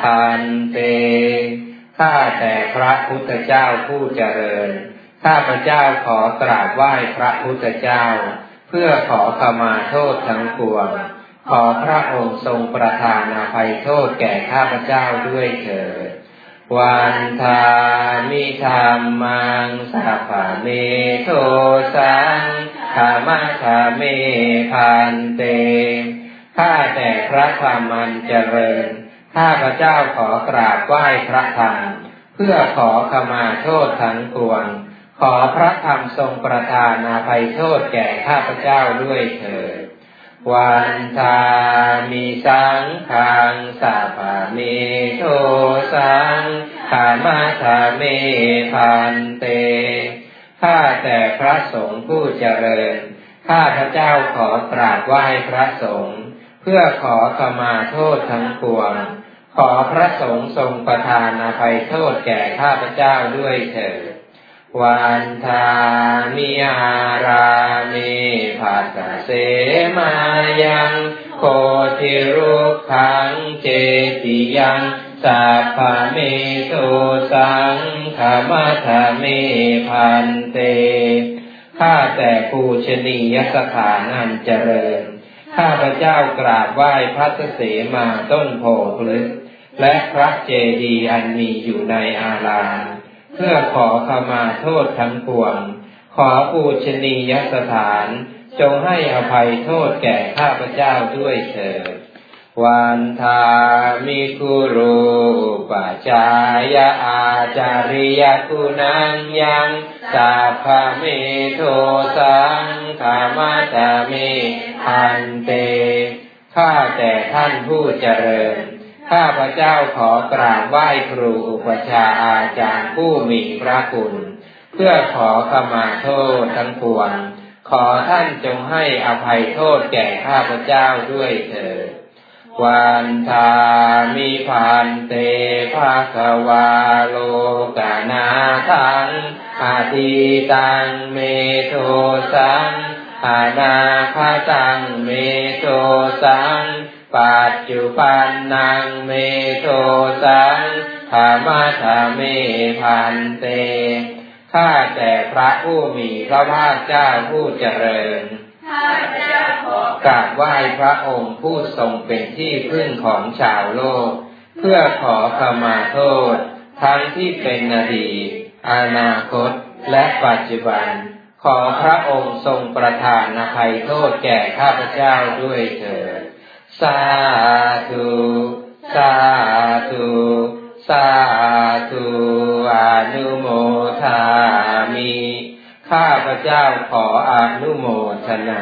พันเตข้าแต่พระพุทธเจ้าผู้เจริญข้าพเจ้าขอกราบไหว้พระพุทธเจ้าเพื่อขอขมาโทษทั้งปวงขอพระองค์ทรงประทานอภัยโทษแก่ข้าพเจ้าด้วยเถิดวันทามิธัมมังสัพพะเมโทสังฆามัสสะเมพันเตข้าแต่พระธรรมอันเจริญข้าพเจ้าขอกราบไหว้พระธรรมเพื่อขอขมาโทษทั้งปวงขอพระธรรมทรงประทานอภัยโทษแก่ข้าพเจ้าด้วยเถิดวันทามิสังฆังสัพพะเมโทสังฆามัสสะเมพันเตข้าแต่พระสงฆ์ผู้เจริญข้าพเจ้าขอกราบไหว้พระสงฆ์เพื่อขอขมาโทษทั้งปวงขอพระสงฆ์ทรงประทานอภัยโทษแก่ข้าพเจ้าด้วยเถิดวันทามิอารามิภัสสะเสมายังโคทิรุกขังเจติยังสัพพะเมโทสังฆามัสสะเมพันเตข้าแต่ปูชนียสถานอันเจริญข้าพเจ้ากราบไหว้พระเสมาต้นโพพฤกษ์และพระเจดีย์อันมีอยู่ในอารามเพื่อขอขมาโทษทั้งปวงขอปูชนียสถานจงให้อภัยโทษแก่ข้าพเจ้าด้วยเถิดวันทามิคุรูปจายาอาจาริยคุณังยังสัพพะเมโทสังฆามัสสะเมพันเตข้าแต่ท่านผู้เจริญข้าพเจ้าขอกราบไหว้ครูอุปชาอาจารย์ผู้มีพระคุณเพื่อขอขมาโทษทั้งปวงขอท่านจงให้อภัยโทษแก่ข้าพเจ้าด้วยเถิดวันทามิพันเตภะคะวาโลกนาทังอาทิตังเมโทสังอนาคตังเมโทสังปัจจุบันนังเมโทสังฆามัสสะเมพันเตข้าแต่พระผู้มีพระภาคเจ้าผู้เจริญข้าพเจ้าขอกราบไหว้พระองค์ผู้ทรงเป็นที่พึ่งของชาวโลกเพื่อขอขมาโทษทั้งที่เป็นอดีตอนาคตและปัจจุบันขอพระองค์ทรงประทานอภัยโทษแก่ข้าพเจ้าด้วยเถิดสาธุสาธุสาธุอนุโมทามิข้าพเจ้าขออนุโมทนา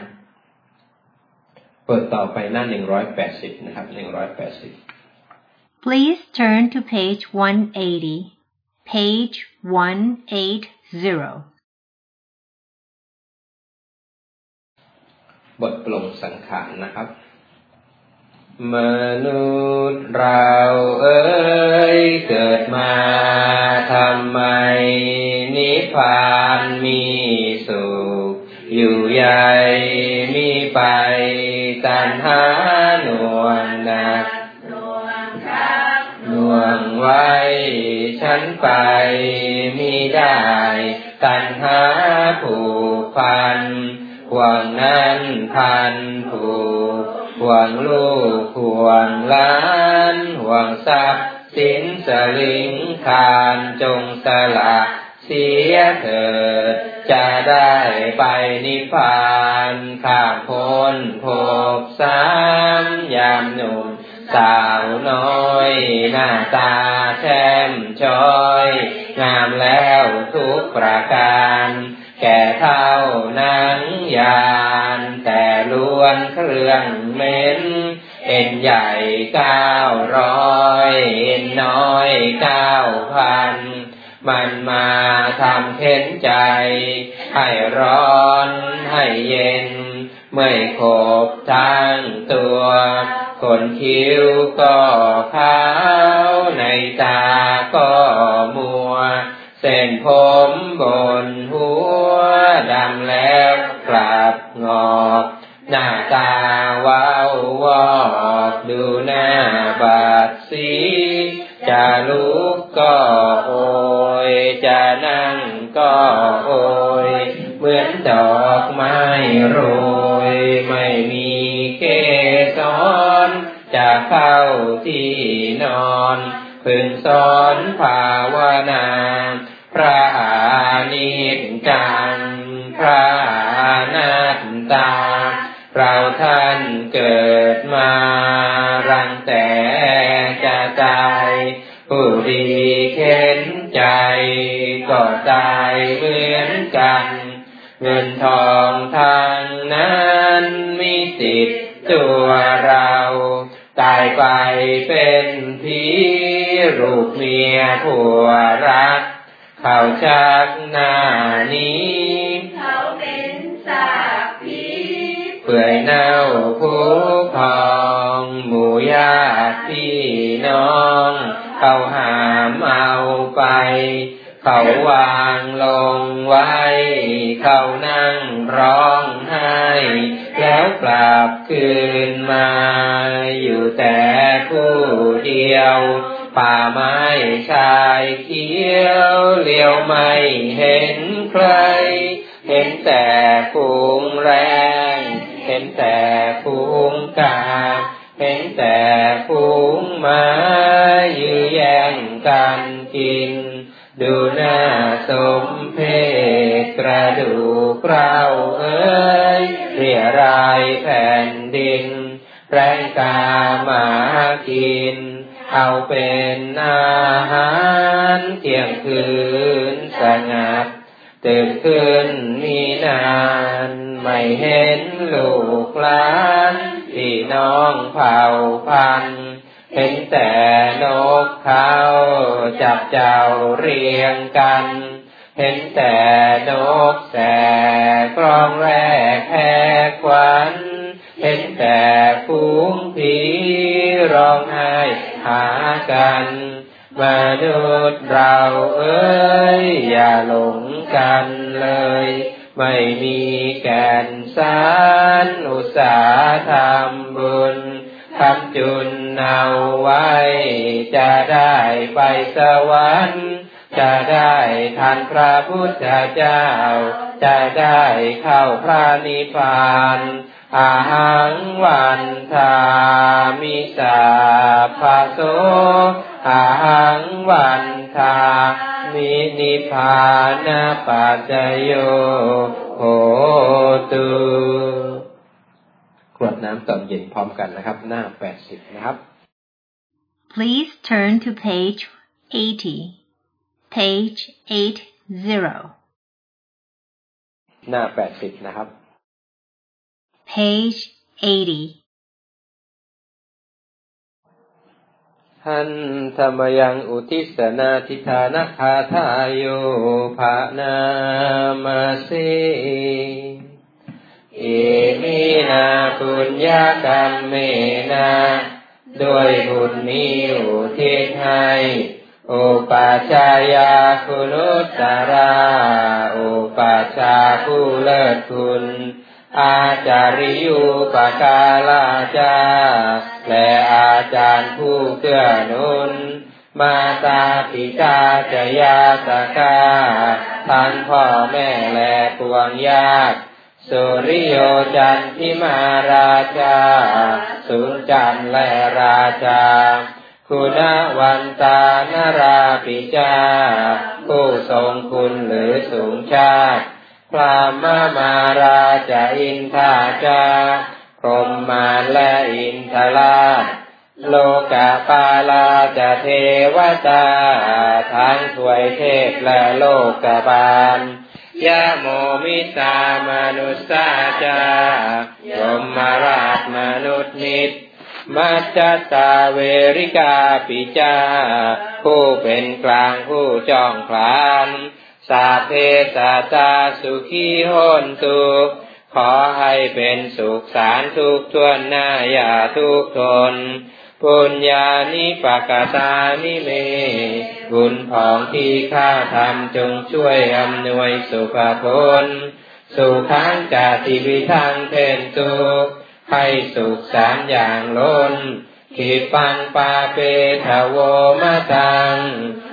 เปิดต่อไปหน้าหนึ่งร้อยแปดสิบนะครับหนึ่งร้อยแปดสิบ Please turn to page one eighty. Page one eighty. บทปลงสังขารนะครับมนุษย์เราเอ๋ยเกิดมาทำไมนิพพานมีสุขอยู่ใหญ่มีไปตัณหาหน่วงหนักหน่วงไว้ฉันไปมิได้ตัณหาผูกพันห่วงนั้นพันผูกห่วงลูกห่วงหลานห่วงทรัพย์สินสลิงคานจงสละเสียเถิดจะได้ไปนิพพานข้ามพ้นภพสามยามหนุ่มสาวน้อยหน้าตาแช่มช้อยงามแล้วทุกประการแก่เท่านังยานแต่ล้วนเครื่องเหม็นเอ็นใหญ่เก้าร้อยเอ็นน้อยเก้าพันมันมาทำเข็นใจให้ร้อนให้เย็นไม่ครบทั้งตัวขนคิ้วก็ขาวในตาก็มัวเส้นผมบนหัวดำแล้วกลับงอกหน้าตาว้าววอกดูหน้าบาดสีกข์ก็โอยจะนั่งก็โอยเหมือนดอกไม้โรยไม่มีเกสรจะเข้าที่นอนพึงสอนภาวนาพระอนิจจังพระอนัตตาเราท่านเกิดมารังแต่จะตายผู้ดีเข็นใจก็ตายเหมือนกันเงินทองทางนั้นมีสิทธิ์ตัวเราตายไปเป็นผีรูปเมียผัวรักเขาชักหน้านี้เขาเป็นสาผีเปื่อยเน่าผุพองหมู่ญาติพี่น้องเขาหามเอาไปเขาวางลงไว้เขานั่งร้องไห้แล้วกลับคืนมาอยู่แต่ผู้เดียวป่าไม้ชายเขียวเลี้ยวไม่เห็นใครเห็นแต่ฝูงแรงเห็นแต่ฝูงกาเห็นแต่ฝูงม้ายื้อแย่งกันกินดูหน้าสมเพชกระดูกเราเอ้ยเรียรายแผ่นดินแรงกามากินเอาเป็นอาหารเที่ยงคืนสงัดตื่นขึ้นมีนานไม่เห็นลูกหลานพี่น้องเผ่าพันธุ์เห็นแต่นกเขาจับเจ้าเรียงกันเห็นแต่นกแสกกลองแรกแหกขวัญเห็นแต่ฝูงผีร้องไห้หากันมนุษย์เราเอ้ยอย่าหลงกันเลยไม่มีแก่นสารอุตสาห์ทำบุญทำจุนเอาไว้จะได้ไปสวรรค์จะได้ทันพระพุทธเจ้าจะได้เข้าพระนิพพานอาหังวันทามิสาภะโสอาหังวันทามินิพพานะปัจจโยโหตุกรวดน้ำตอนเย็นพร้อมกันนะครับหน้าแปดสิบนะครับ Please turn to page eighty. Page eighty. หน้าแปดสิบนะครับ Page eighty. หันธรรมยังอุทิศนาทิธานะคาทายโยภานามาสิเอมินาปุญญากรรมเมนะด้วยบุญนี้อุทิศให้อุปัชฌายาคุณุตตราอุปัชฌาย์ผู้เลิศคุณอาจาริยุปการาจาและอาจารย์ผู้เกื้อหนุนมาตาปิตาจยาตกาทั้งพ่อแม่และปวงญาติสุริโยจันทิมาราชาสุนจันทร์และราชาคุณวันตานราปิจาผู้ทรงคุณหรือสูงชาติพรหมมาราชอินทาจาพรหมมารและอินทราชโลกาปาลาจเทวตาทั้งถวยเทพและโลกบาลยะโมมิตามนุสสาจายมมาราชมนุษย์นิตมัจจตาเวริกาปิจาผู้เป็นกลางผู้จ้องผลานสาเพสาตาสุขีโหนตุขอให้เป็นสุขสารทุกทวนหน้าอย่าทุกทนปุญญานิปกตานิเมบุญของที่ข้าทำจงช่วยอำนวยสุภผลสุขังจาติวิทังเพนตุให้สุขสามอย่างล้นขีปังปาเปทโวมะตัง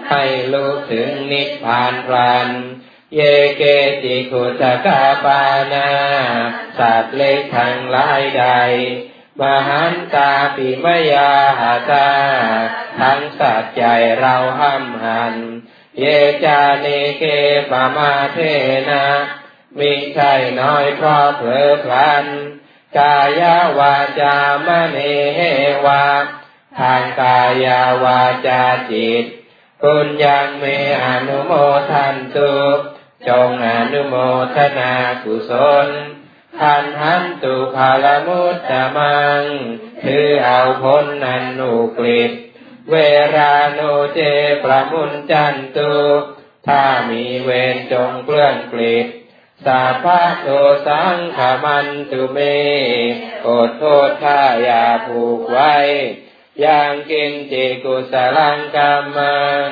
ถึงนิพพานพลันเยเกติขุสกาปานาสัตว์เล็กทั้งหลายใดมหันตาปิมยาหาตาทั้งสัตว์ใหญ่เราห้ำหันเยจาเนเกปมาเทนะมิใช่น้อยเพราะเผลอพลันกายวาจามเนเหวะทางกายวาจาจิตคุณยังเมอนุโมทันตุจงอนุโมทนากุศลทันหันตุภาลมุตตมังถือเอาพ้นนันนุกฤตเวราโนเจประมุนจันตุถ้ามีเวรจงเกลื่อนกฤตสัพพะโตสังขมันตุเมโอโทษถ้าอย่าผูกไว้อย่างกินจิกุสลังกัมมัง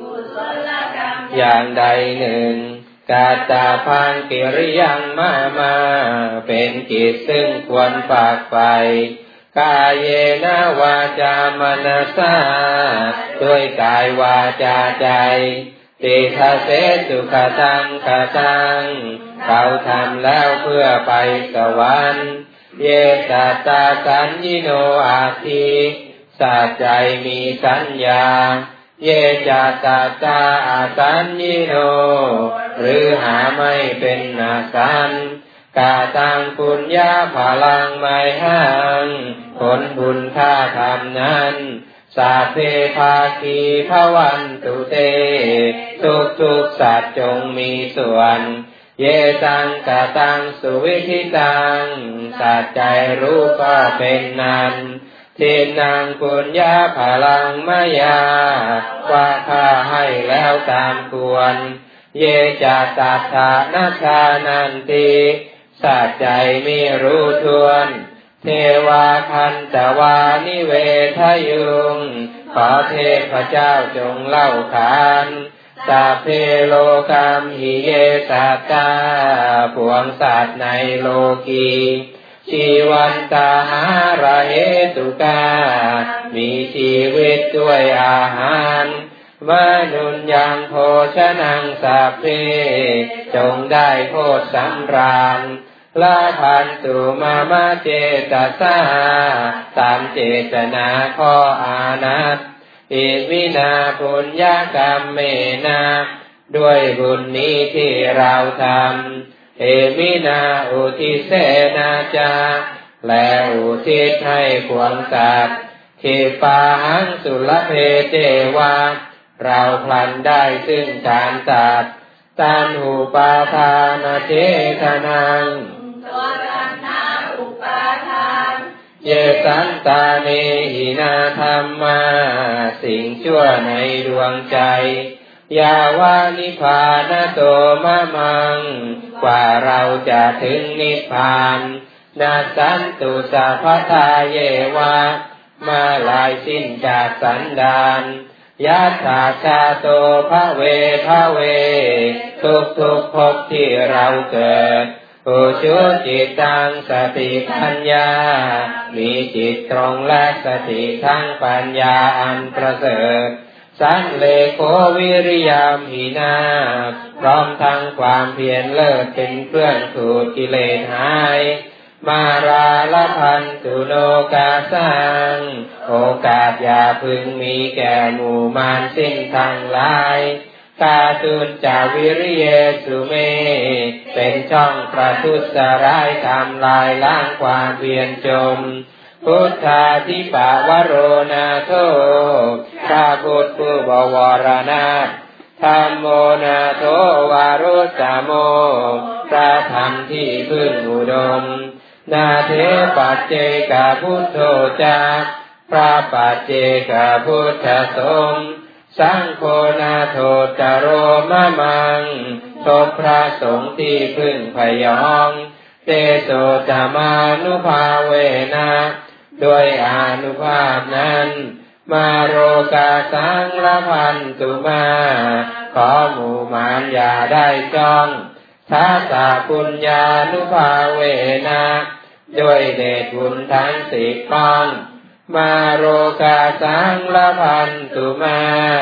อย่างใดหนึ่งกาตาพังกิริยังมามาเป็นกิจซึ่งควรฝากไปกายเยนะวาจามนัสสะด้วยกายวาจาใจติทะเสสุขตังขตังเขาทำแล้วเพื่อไปสวรรค์เยสัตตาสัญญิโนอาทิสัจใจมีสัญญาเยจัตตาตาอาสัญญิโนหรือหาไม่เป็นนาสันกาตังปุญญาภาลังไมหังผลบุญค่าทำนั้นสาเพภาคีภวันตุเตทุกทุกสัตว์จงมีส่วนเยตังกาตังสุวิธิตังสัจใจรู้ก็เป็นนั้นทินังปุญญาภาลังมายาว่าข้าให้แล้วตามควรเยจัตตาธานาชานันติสัจใจมีรู้ทวนเทวาคันตวานิเวทยุงขอเทพเจ้าจงเล่าขานสัพเพโลกัมหิเยสัตตาพวงสัตว์ในโลกีชีวันตาหาระเหตุกามีชีวิตด้วยอาหารมนุนยังโภชนังสัพเพจงได้โพชสำราญลาพันตุมามาเจตสาตามเจตนาข้ออานัตอิวินาปุญญากรรมเมนะด้วยบุญนี้ที่เราทำเอมินาอุทิเสนาจาและอุทิศให้พวงสัตว์ขีปาหังสุลเพเจวาเราพลันได้ซึ่งฌานสัตว์ตันหูปาทานเจตนังตัวตัณหาอุปาทานเยสันตาเนหินาธรรมาสิ่งชั่วในดวงใจยาวานิพพานโตมะมังกว่าเราจะถึงนิพพานนาสันตุสัพพทาเยวะมาลายสิ้นจากสันดานยัตถาชาโตภเวภเวทุกทุกภพที่เราเกิดอุชุจิตตังสติปัญญามีจิตตรงและสติทั้งปัญญาอันประเสริฐสันเลโควิริยามหินาพร้อมทั้งความเพียรเลิศเป็นเครื่องขูดกิเลสหายมาราลพันตุโลกาสังโอกาสอย่าพึงมีแก่หมู่มารสิ้นทั้งหลายกาตุนจาวิริเยสุเมเป็นช่องประทุษร้ายทำลายล้างความเพียรจมพุทธาธิปาวโรนาโทพระพุทธผู้บวรนาถธัมโมนาโทวารุสสโมพระธรรมที่พึ่งอุดมนาเทปัจเจกพุทโธจาพระปัจเจกพุทธสงฆ์สังโฆนาโทจโรมะมังทบพระสงฆ์ที่พึ่งพยองเตโสจามานุภาเวนะด้วยอานุภาพนั้นมาโรกาสังละพันตุมาขอหมู่มารอย่าได้จ้องทัสสะปุญญานุภาเวนะด้วยเดชบุญทั้งสิบป้องมาโรกาสังละพันตุมา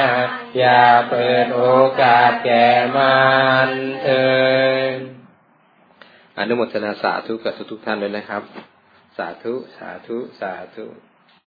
อย่าเปิดโอกาสแก่มันเถิดอนุโมทนาสาธุกับทุกๆท่านเลยนะครับสาธุสาธุสาธุ